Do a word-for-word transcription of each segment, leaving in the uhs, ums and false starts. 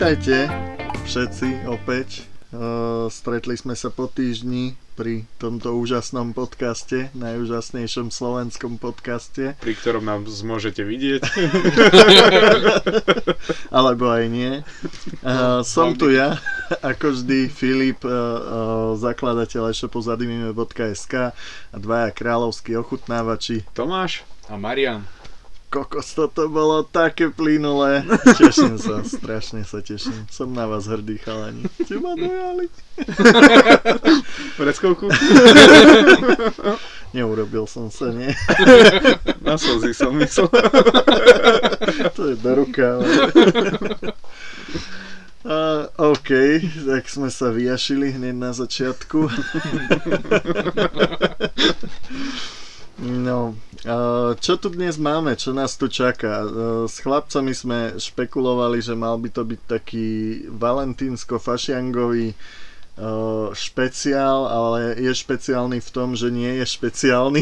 Vítajte všetci opäť. Uh, stretli sme sa po týždni pri tomto úžasnom podcaste, najúžasnejšom slovenskom podcaste. Pri ktorom nám môžete vidieť. Alebo aj nie. Uh, som tu ja, ako vždy, Filip, uh, uh, zakladateľ e-shopu zadimime bodka es ká a dvaja kráľovskí ochutnávači. Tomáš a Marian. Kokos, toto bolo také plynulé. Teším sa, strašne sa teším. Som na vás hrdý, chalani. Ste ma dojali. Vreckovku? Neurobil som sa, nie? Na slzy som myslel. To je do rukáva. Uh, OK, tak sme sa vyjašili hneď na začiatku. No, uh, čo tu dnes máme, čo nás tu čaká? Uh, s chlapcami sme špekulovali, že mal by to byť taký valentínsko-fašiangový uh, špeciál, ale je špeciálny v tom, že nie je špeciálny.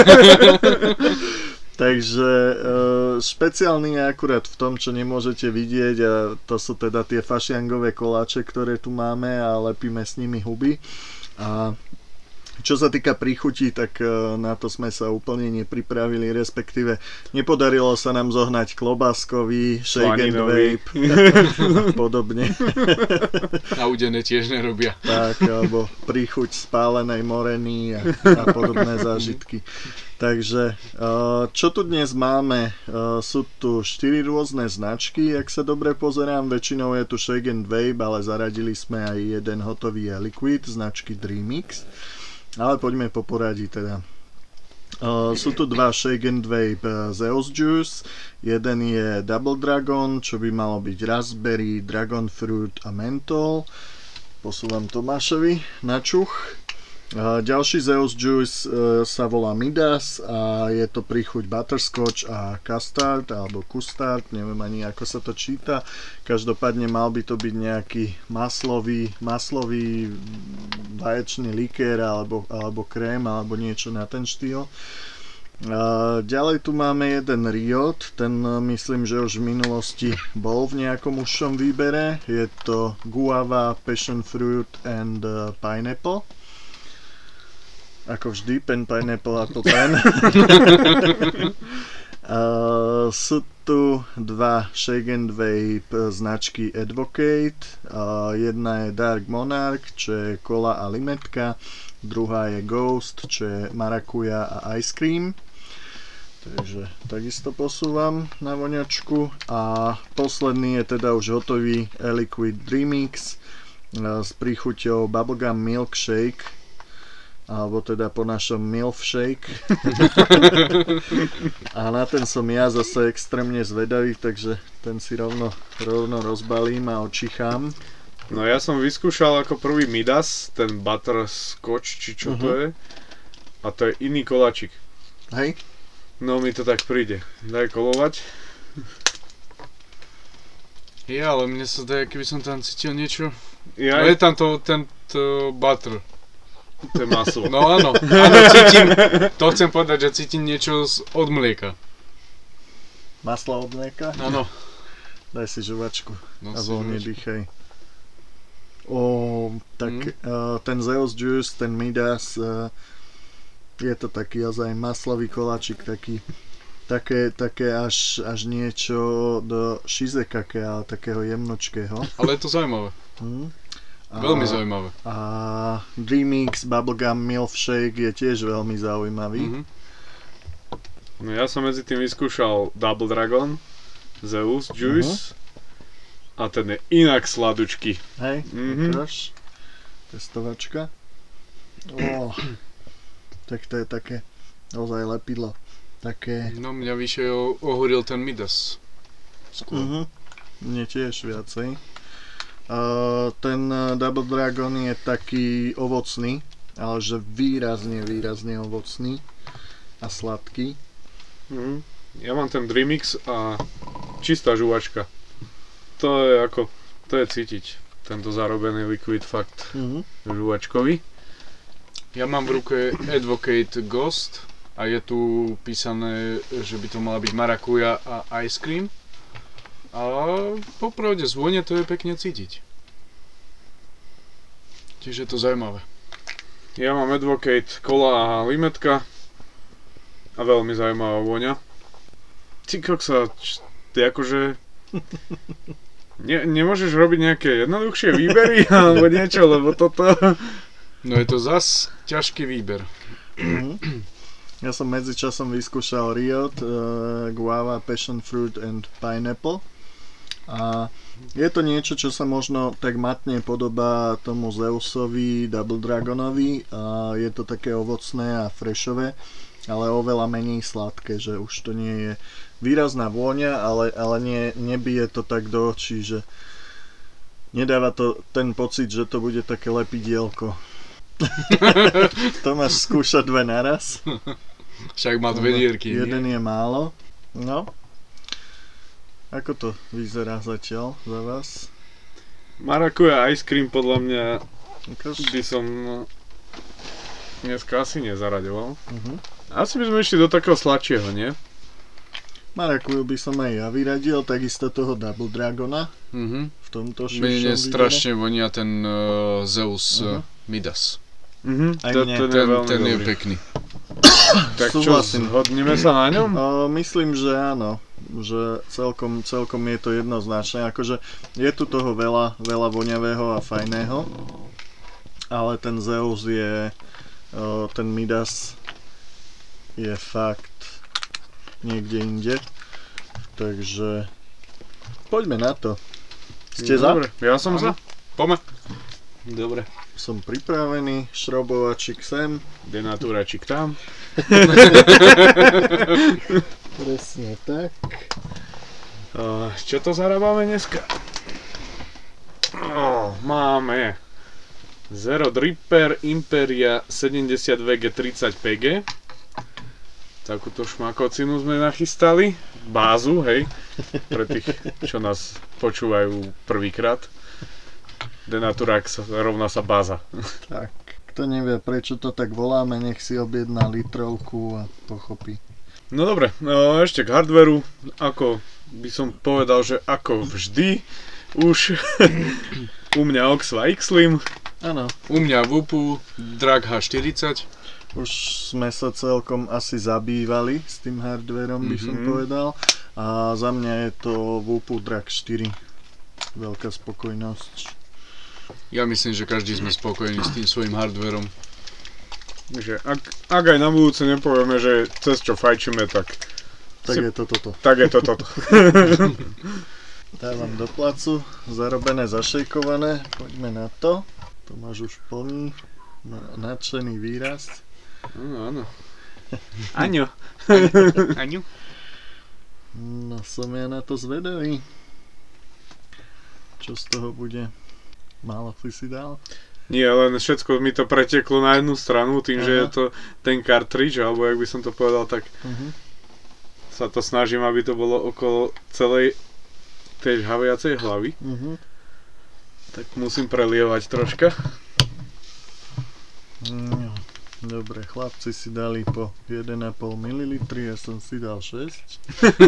Takže uh, špeciálny je akurát v tom, čo nemôžete vidieť, a to sú teda tie fašiangové koláče, ktoré tu máme, a lepíme s nimi huby. A čo sa týka príchutí, tak na to sme sa úplne nepripravili, respektíve nepodarilo sa nám zohnať klobáskový, shake and vape a podobne. Naudené tiež nerobia. Tak, alebo príchuť spálenej moreny a, a podobné zážitky. Takže, čo tu dnes máme? Sú tu štyri rôzne značky, ak sa dobre pozerám. Väčšinou je tu shake and vape, ale zaradili sme aj jeden hotový liquid značky Dreamix. Ale poďme po poradí teda. Uh, sú tu dva Shake and Vape uh, Zeus Juice. Jeden je Double Dragon, čo by malo byť Raspberry, Dragon Fruit a Menthol. Posúvam Tomášovi na čuch. Uh, ďalší Zeus Juice uh, sa volá Midas a je to príchuť Butterscotch a Custard alebo Custard, neviem ani ako sa to číta. Každopádne mal by to byť nejaký maslový, maslový vaječný likér alebo, alebo krém alebo niečo na ten štýl. Uh, ďalej tu máme jeden Riot, ten uh, myslím, že už v minulosti bol v nejakom užšom výbere. Je to Guava, Passion Fruit and uh, Pineapple. Ako vždy, pen, pineapple, apple, pen. uh, sú tu dva Shake and Vape značky Advocate. Uh, jedna je Dark Monarch, čo je kola a limetka. Druhá je Ghost, čo je marakuja a ice cream. Takže takisto posúvam na voňačku. A posledný je teda už hotový Liquid Dreamix uh, s príchuťou Bubblegum Milkshake, alebo teda po našom milkshake. A na ten som ja zase extrémne zvedavý, takže ten si rovno, rovno rozbalím a očichám. No ja som vyskúšal ako prvý Midas, ten Butterscotch, či čo uh-huh. to je. A to je iný koláčik. Hej. No mi to tak príde. Daj kolovať. Ja, ale mne sa zdá, keby som tam cítil niečo. Ja... No je tam to, tento butter. To je maslo. No áno, áno, cítim, to chcem povedať, že cítim niečo z, od mlieka. Maslo od mlieka? Áno. Daj si žuvačku No a voľne dýchaj. Ó, tak mm. uh, ten Zeus Juice, ten Midas, uh, je to taký ozaj maslový koláčik, taký, také, také až, až niečo do shizekake, ale takého jemnočkého. Ale je to zaujímavé. Mm. A, veľmi zaujímavé. A Dreamix Bubblegum Milkshake je tiež veľmi zaujímavý. Mm-hmm. No ja som medzi tým vyskúšal Double Dragon Zeus Juice uh-huh. a ten je inak sladučký. Hej, mm-hmm. ukáž. Testovačka. Oh, tak to je také ozaj lepidlo. Také... No mňa vyššie ohoril ten Midas. Skôr. Uh-huh. Mne tiež viacej. Uh, ten Double Dragon je taký ovocný, ale že výrazne, výrazne ovocný a sladký. Mm. Ja mám ten Dreamix a čistá žuvačka. To je ako, to je cítiť, tento zarobený liquid fakt mm-hmm. žuvačkový. Ja mám v ruke Advocate Ghost a je tu písané, že by to mala byť marakuja a ice cream. A popravde z vône to je pekne cítiť. Tiež je to zaujímavé. Ja mám Advocate, kola a limetka. A veľmi zaujímavá vôňa. Ty koksa, č- ty akože... Ne, nemôžeš robiť nejaké jednoduchšie výbery alebo niečo, lebo toto... No je to zas ťažký výber. Mm-hmm. Ja som medzičasom vyskúšal Riot, uh, Guava, Passion Fruit and Pineapple. A je to niečo, čo sa možno tak matne podobá tomu Zeusovi, Double Dragonovi. A je to také ovocné a frešové, ale oveľa menej sladké, že už to nie je výrazná vôňa, ale, ale nie, nebije to tak do očí, že nedáva to ten pocit, že to bude také lepidielko. To máš skúšať dve naraz. Však má dve dierky. Jeden nie? je málo. No. Ako to vyzerá zatiaľ za vás? Marakuja ice cream podľa mňa Ukáž? by som dneska asi nezaraďoval. Uh-huh. Asi by sme išli do takého sladšieho, nie? Marakuju by som aj ja vyradil, takisto toho Double Dragona. Mhm. V tomto Mne širšom strašne vonia ten uh, Zeus Uh-huh. uh, Midas. Mhm, Aj to, mne. ten je Ten, veľmi ten je dobrý. pekný. Tak čo, Súhlasím. zhodneme sa na ňom? O, myslím, že áno. Že celkom, celkom je to jednoznačné. Akože je tu toho veľa, veľa voňavého a fajného. Ale ten Zeus je... O, ten Midas je fakt niekde inde. Takže... Poďme na to. Ste za? Dobre, ja som za. Poďme. Dobre. Som pripravený. Šrobovačik sem. Denatúračik tam. Presne tak. Uh, čo to zarábame dneska? Oh, máme Zero Dripper Imperia sedemdesiat V G tridsať P G. Takúto šmakocinu sme nachystali. Bázu, hej. Pre tých, čo nás počúvajú prvýkrát. Denaturak sa, rovná sa báza. Tak. Kto nevie, prečo to tak voláme, nech si objedná litrovku a pochopí. No dobre, no ešte k hardveru. Ako by som povedal, že ako vždy už u mňa Oxva X-Slim. Áno. U mňa V U P U Drag H štyridsať. Už sme sa celkom asi zabývali s tým hardverom, by som Mhm. povedal. A za mňa je to V U P U Drag štyri. Veľká spokojnosť. Ja myslím, že každý sme spokojní s tým svojím hardverom. Takže ak, ak aj na budúce nepovieme, že cez čo fajčíme, tak, Tak si, je to toto. tak je to toto. Dávam do placu. Zarobené, zašejkované. Poďme na to. Tomáš už plný. Nadšený výraz. Áno, áno. Aňo. Aňu? No som ja na to zvedavý. Čo z toho bude? Málo si si dal? Nie, len všetko mi to preteklo na jednu stranu, tým, že Aha. je to ten cartridge, alebo jak by som to povedal, tak Uh-huh. sa to snažím, aby to bolo okolo celej tej žhaviacej hlavy. Uh-huh. Tak musím prelievať troška. No, dobre, chlapci si dali po jeden a pol mililitra, ja som si dal šesť.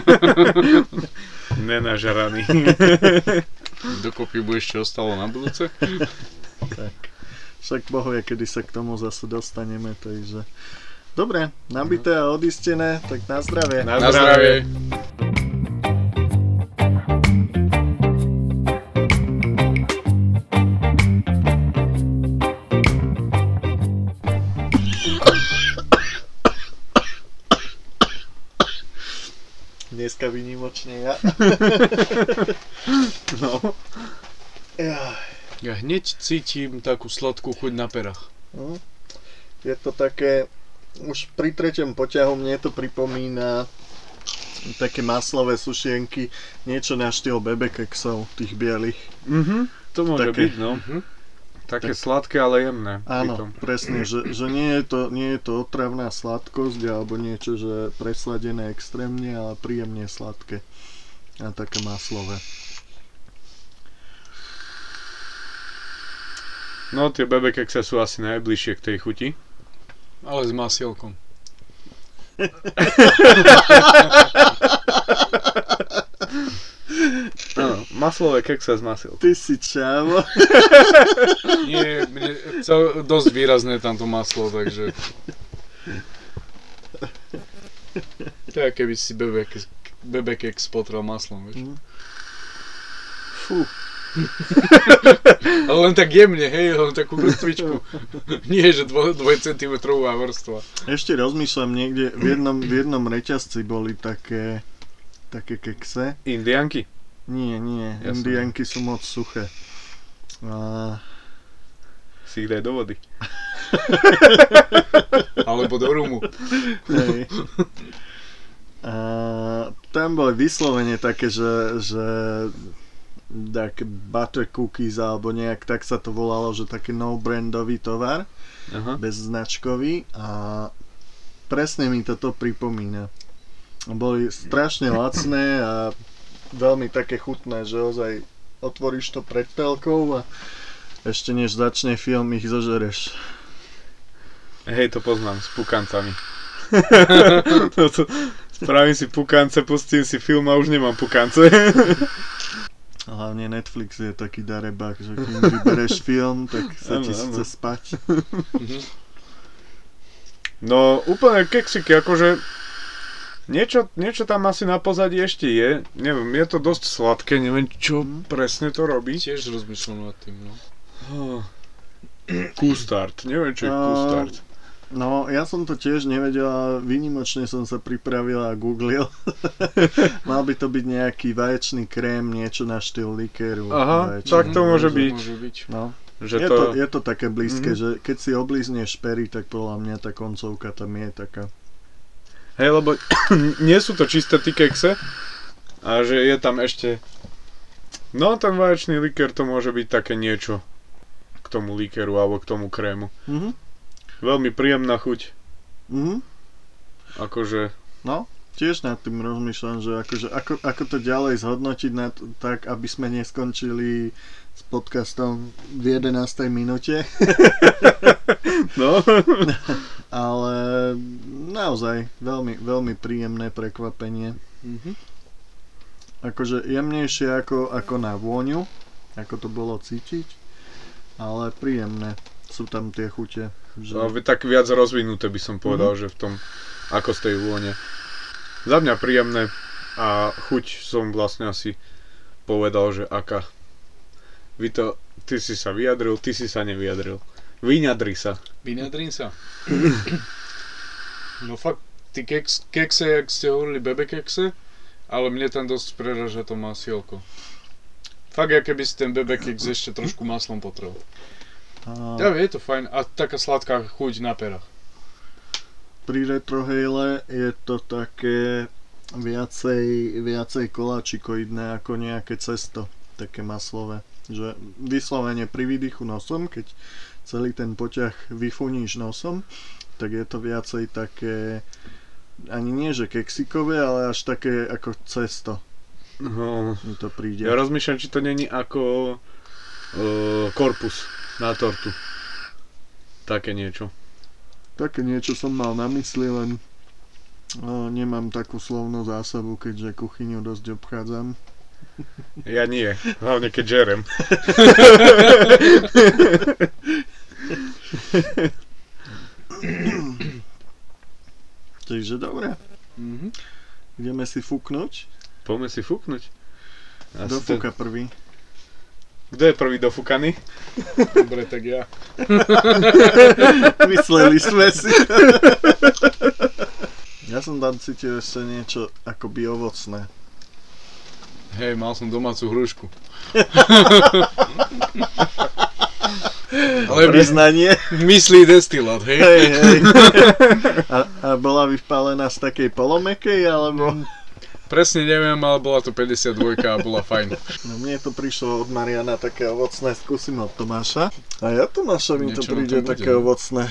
Nenažraný. Dokopy bude ešte ostalo na budúce? Tak, však bohovie, kedy sa k tomu zase dostaneme, takže... Dobre, nabité a odistené, tak na zdravie. Na Na zdravie. Dneska vynimočne ja. No. Ja. Ja hneď cítim takú sladkú chuť na perách. Hm. Je to také, už pri treťom poťahu mne to pripomína také maslové sušienky, niečo na štýl bebekeksov, tých bielých. Mhm, to môže Také. byť, no. Také sladké, ale jemné. Áno, pritom. presne, že, že nie, je to, nie je to otravná sladkosť alebo niečo, že presladené extrémne, ale príjemne sladké a také maslové. No, tie bebekekse sú asi najbližšie k tej chuti. Ale s masielkom. maslové kekse z masiel. Ty si čavo. Nie, mne cel, dosť výrazné tamto maslo, takže... To je, keby si bebek, bebekek spotrel maslom, vieš. Mm. Fú. Ale len tak jemne, hej, len takú vrstvičku. Nie, že dvo, dvojcentimetrová vrstva. Ešte rozmýšľam, niekde v jednom, v jednom reťazci boli také, také kekse. Indianky? Nie, nie, Jasne. indianky sú moc suché. A... Si ich daj do vody. Alebo do rumu. Hej. A tam boli vyslovene také, že, že také butter cookies alebo nejak tak sa to volalo, že taký no-brandový tovar, Aha. bezznačkový a presne mi toto pripomína. Boli strašne lacné a veľmi také chutné, že ozaj otvoríš to pred telkou a ešte než začne film ich zožereš. Hej, to poznám s pukancami. Spravím si pukance, pustím si film a už nemám pukance. Hlavne Netflix je taký darebák, že keď vybereš film, tak sa ti chce spať. No úplne keksiky, akože niečo, niečo tam asi na pozadí ešte je. Neviem, je to dosť sladké, neviem čo presne to robí. Tiež rozmýšľam nad tým, no. Custard, neviem čo je custard. No, ja som to tiež nevedel a výnimočne som sa pripravil a googlil. Mal by to byť nejaký vaječný krém, niečo na štýl likéru. Aha, vaječný. tak to môže byť. Môže byť. No. Že je, to... to, je to také blízke, Mhm. že keď si oblízneš pery, tak podľa mňa tá koncovka tam je taká. Hej, lebo nie sú to čisté ty kekse a že je tam ešte... No, ten vaječný likér to môže byť také niečo k tomu likéru alebo k tomu krému. Mhm. Veľmi príjemná chuť. Mhm. Akože... No, tiež nad tým rozmýšľam, že akože, ako, ako to ďalej zhodnotiť na t- tak, aby sme neskončili s podcastom v jedenástej minúte. No. Ale naozaj veľmi, veľmi príjemné prekvapenie. Mhm. Akože jemnejšie ako, ako na vôňu, ako to bolo cítiť, ale príjemné sú tam tie chute. Že... No, tak viac rozvinuté by som povedal, mm-hmm. že v tom, ako z tej vône. Za mňa príjemné a chuť som vlastne asi povedal, že aká. Vy to, ty si sa vyjadril, ty si sa nevyjadril. Vyňadri sa. Vyňadrím sa. No fakt, ty keks, kekse, jak ste hovorili, bebe kekse, ale mne tam dosť preraža to masielko. Fakt, aké by si ten bebe keks ešte trošku maslom potrel. A... Ja, je to fajn a taká sladká chuť na perách. Pri retrohejle je to také viacej, viacej koláčikoidné ako nejaké cesto, také maslové. Že vyslovene pri výdychu nosom, keď celý ten poťah vyfuníš nosom, tak je to viacej také, ani nie že keksikové, ale až také ako cesto. No, Mi to príde. ja rozmýšľam, či to není ako uh, korpus na tortu. Také niečo. Také niečo som mal na mysli, len o, nemám takú slovnú zásobu, keďže kuchyňu dosť obchádzam. Ja nie, hlavne keď žerem. Takže dobre. Mhm. Ideme si fúknuť. Poďme si fúknuť. Asi Kto ten- fúka prvý? Kto je prvý dofúkaný? Dobre, tak ja. Mysleli sme si. Ja som tam cítil ešte niečo akoby ovocné. Hej, mal som domácu hrušku. Ale Priznanie. myslí destilát, hej? Hej, hej. A, a bola vypálená z takej polomekej, alebo... Presne neviem, ale bola to päťdesiatdva a bola fajn. No mne to prišlo od Mariana také ovocné, skúsim od Tomáša. A ja Tomáša mi to Niečo na príde tom bude, také no. ovocné.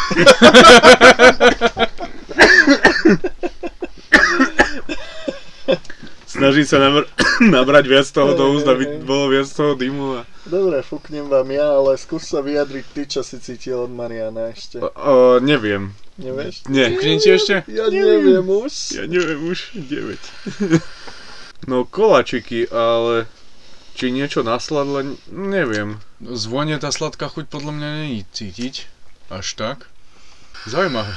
Snažím sa nabr- nabrať viac toho do úst, aby bolo viac toho dymu. A... Dobre, fúknem vám ja, ale skús sa vyjadriť ty, čo si cítil od Mariana ešte. O, o, neviem. Nevieš? Nie. Fúknem ti ešte? Ja neviem už. Ja neviem už, deväť. No koláčiky, ale či niečo na sladle, neviem. Zvonie tá sladká chuť podľa mňa není cítiť. Až tak. Zaujímavé.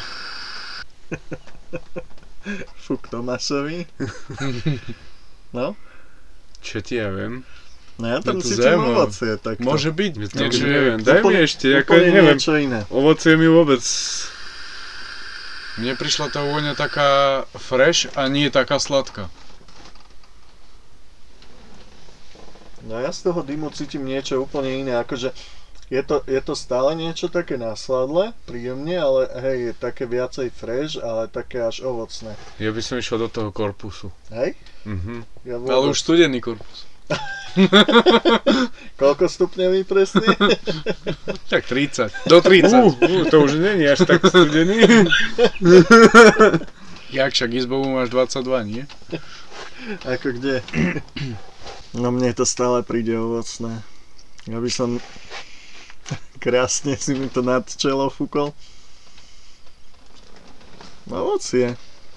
Fuk Tomášovi. No? Čo ti ja viem? No ja tam No to cítim zaujímavé. ovocie. Tak to. Môže byť. Ja to Niečo neviem, je... daj mi Úplne- ešte, ako úplne neviem. niečo iné. Ovocie mi vôbec... Mne prišla tá vôňa taká fresh a nie taká sladká. No ja z toho dymu cítim niečo úplne iné, akože je to, je to stále niečo také na sladle, príjemne, ale hej, je také viacej fresh, ale také až ovocné. Ja by som išiel do toho korpusu. Hej? Mhm. Ja Ale už studený korpus. Koľko stupňový presne? Tak tridsať. Do tridsať. Uh, uh, to už nie je až tak studený. Jak však izbovú máš dvadsaťdva, nie? Ako kde? No mne to stále príde ovocné. Ja by som... Krásne si mi to nad čelo fúkol. Ovocie.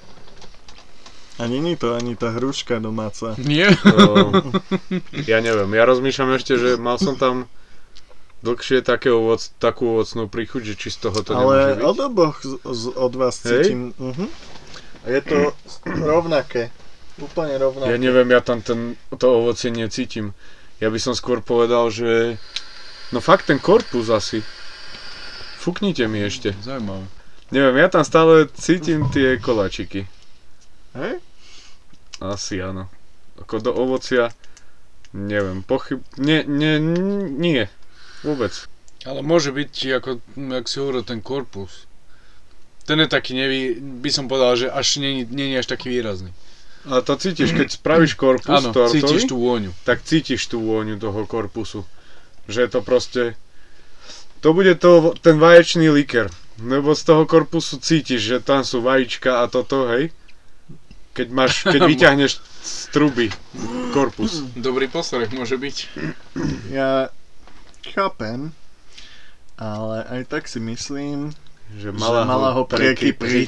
A není to ani tá hruška domáca. Nie? To, ja neviem, ja rozmýšľam ešte, že mal som tam dlhšie také ovoc, takú ovocnú príchuť, že či z toho to Ale nemôže byť. od oboch z, z, od vás Hej? cítim. Uh-huh. A je to rovnaké. Úplne rovnaké. Ja neviem, ja tam ten, to ovocie necítim. Ja by som skôr povedal, že... No fakt ten korpus asi. Fúknite mi ešte. Zaujímavé. Neviem, ja tam stále cítim tie koláčiky. Hej? Asi áno. Ako do ovocia, neviem, pochyb... Nie, nie, nie. Vôbec. Ale môže byť, ako, jak si hovoril, ten korpus. Ten je taký, nevý, by som povedal, že až nie je až taký výrazný. Ale to cítiš, keď spravíš korpus Áno, tortový, cítiš tú vôňu. tak cítiš tú vôňu toho korpusu. Že je to proste... To bude to, ten vaječný liker. Lebo z toho korpusu cítiš, že tam sú vajíčka a toto, hej? Keď máš, keď vyťahneš z truby korpus. Dobrý postreh môže byť. Ja chápem, ale aj tak si myslím, Že že mala, mala ho prekypriť.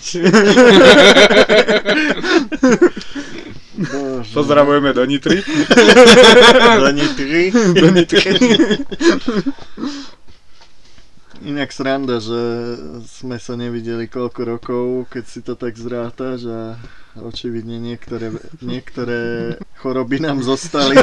Bože. Pozdravujeme do Nitry. Do Nitry. Do Nitry. Inak sranda, že sme sa nevideli koľko rokov, keď si to tak zrátaš a očividne niektoré, niektoré choroby nám zostali.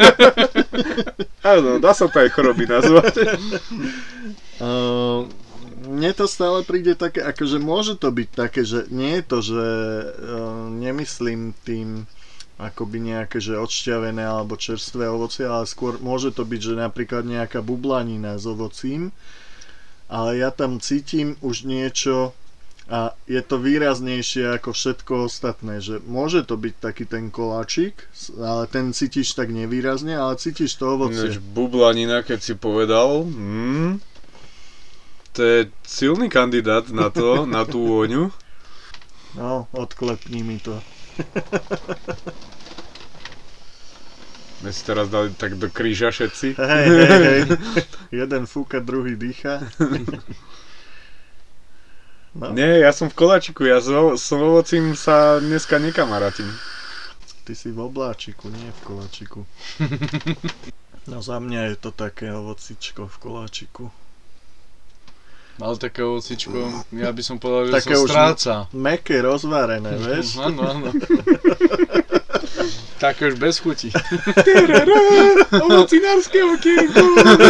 Áno, dá sa to aj choroby nazvať. Uh, mne to stále príde také, akože môže to byť také, že nie je to, že uh, nemyslím tým akoby nejaké, že odšťavené alebo čerstvé ovocie, ale skôr môže to byť, že napríklad nejaká bublanina s ovocím, ale ja tam cítim už niečo a je to výraznejšie ako všetko ostatné, že môže to byť taký ten koláčik, ale ten cítiš tak nevýrazne, ale cítiš to ovocie. Než bublanina, keď si povedal, mm, to je silný kandidát na to, na tú vôňu. No, odklepni mi to. My si teraz dali tak do kríža všetci. Hej, hej, hej. Jeden fúka, druhý dýcha. No, Nie, ja som v koláčiku, ja so, s ovocím sa dneska nekamarátim. ty si v obláčiku, nie v koláčiku. No za mňa je to také ovocičko v koláčiku. Ale také ovocičko, ja by som povedal, že Také som už stráca. Mäkké, rozvarené, vieš? Áno, áno. Také už bez chuti. Ovocinárske okienko!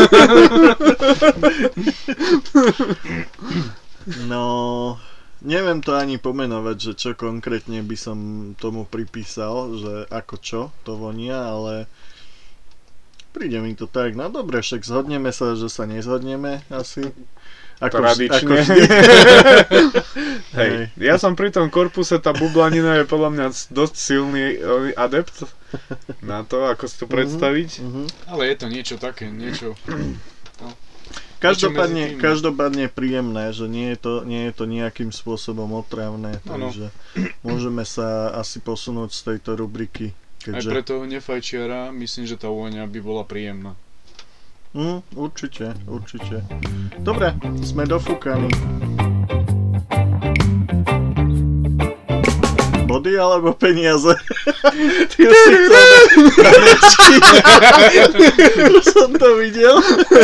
No, neviem to ani pomenovať, že čo konkrétne by som tomu pripísal, že ako čo to vonia, ale príde mi to tak, no dobre, však zhodneme sa, že sa nezhodneme asi. Ako, vž- ako Tradične. vždy. Hej, ja som pri tom korpuse, tá bublanina je podľa mňa dosť silný eh, adept na to, ako si to predstaviť. Mhm. Ale je to niečo také, niečo... Každopádne, medzi tým. každopádne príjemné, že nie je to, nie je to nejakým spôsobom otravné, Áno. takže môžeme sa asi posunúť z tejto rubriky, Aj keďže... pre toho nefajčiara myslím, že tá vôňa by bola príjemná. Mm, určite, určite. Dobre, sme dofúkaní. body alebo peniaze? Ty už si chcel tanečky. Už som to videl.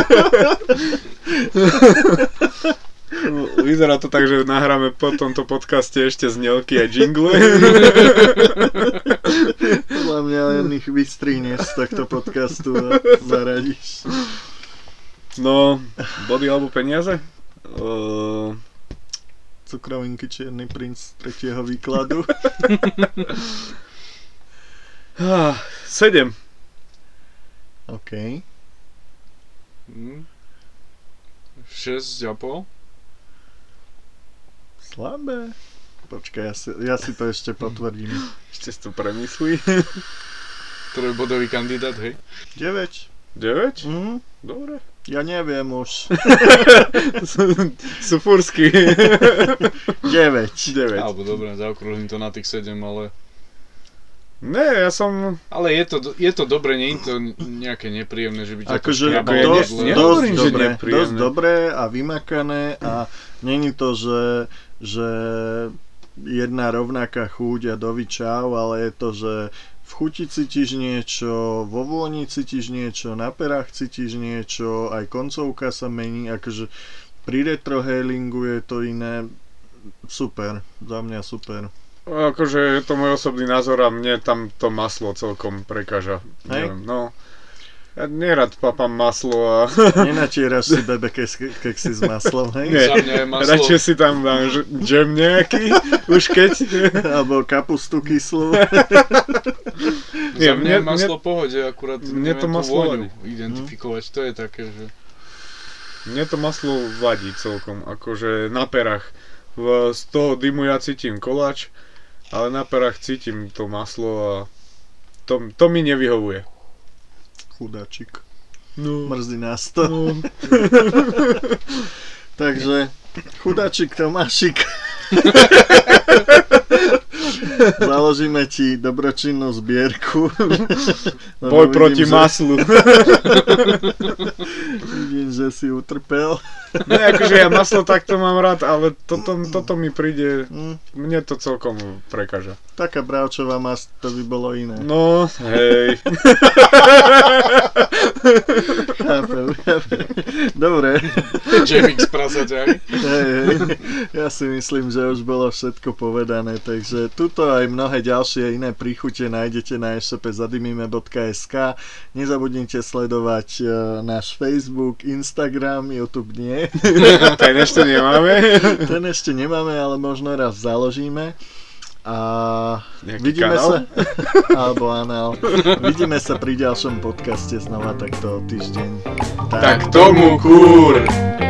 Vyzerá to tak, že nahráme po tomto podcaste ešte znelky a jingle. Podľa mňa len ich vystrihneš z tohto podcastu a zaradíš. No, body alebo peniaze? Uh... Cukrovinky, Čierny princ tretieho výkladu. sedem. OK. šesť a pol. Slabé. Počkaj, ja si, ja si to ešte potvrdím. Ešte si to premyslí. Trojbodový kandidát, hej? deväť. deväť? Mhm. Dobre. Ja neviem už. Sú fúrsky. deväť. deväť. Alebo dobre, zaokrúhlim to na tých sedem, ale... Ne, ja som... Ale je to, je to dobre, nie je to nejaké nepríjemné, že by ťa Akože to škrabalo dosť, dosť, dosť, Nehovorím, že dobré, nepríjemné. dosť dobré a vymakané a není to, že, že jedna rovnaká chuť a dovi čau, ale je to, že v chuti cítiš niečo, vo vôni cítiš niečo, na perách cítiš niečo, aj koncovka sa mení, akože pri retrohailingu je to iné. Super, za mňa super. Akože je to môj osobný názor a mne tam to maslo celkom prekáža. Hej? Neviem, no. Ja nerad papám maslo a... Nenatieraš si bebe keksy, keksy s maslom, hej? Nie, Za mňa je maslo... radšej si tam dám ž- džem nejaký, už keď... Alebo kapustu kyslú. Nie, Za mňa je mne- maslo pohode, akurát mne neviem to tú maslo vôňu vadí. identifikovať, to je také, že... Mne to maslo vadí celkom, akože na perách. V, z toho dymu ja cítim koláč, ale na perách cítim to maslo a to, to mi nevyhovuje. Chudáčik. No, Mrzí nás to. no. Takže chudáčik Tomášik. Založíme ti dobročinnú zbierku. Lebo Boj vidím, proti že- maslu. Vidím, že si utrpel. Ne, akože ja maslo takto mám rád, ale toto, toto mi príde, Hm, mne to celkom prekáža. taká bravčová masť, to by bolo iné. No, hej. Chápem, chápem. Dobre. Jamix prasaťák. Hej, hej. Ja si myslím, že už bolo všetko povedané, takže tuto aj mnohé ďalšie iné príchute nájdete na e-shope zadimime bodka es ká. Nezabudnite sledovať uh, náš Facebook, Instagram, YouTube nie. Ten ešte nemáme. Ten ešte nemáme, ale možno raz založíme. A Nejaký vidíme kanál? sa alebo anál. Vidíme sa pri ďalšom podcaste znova takto o týždeň. Tak tomu kúr!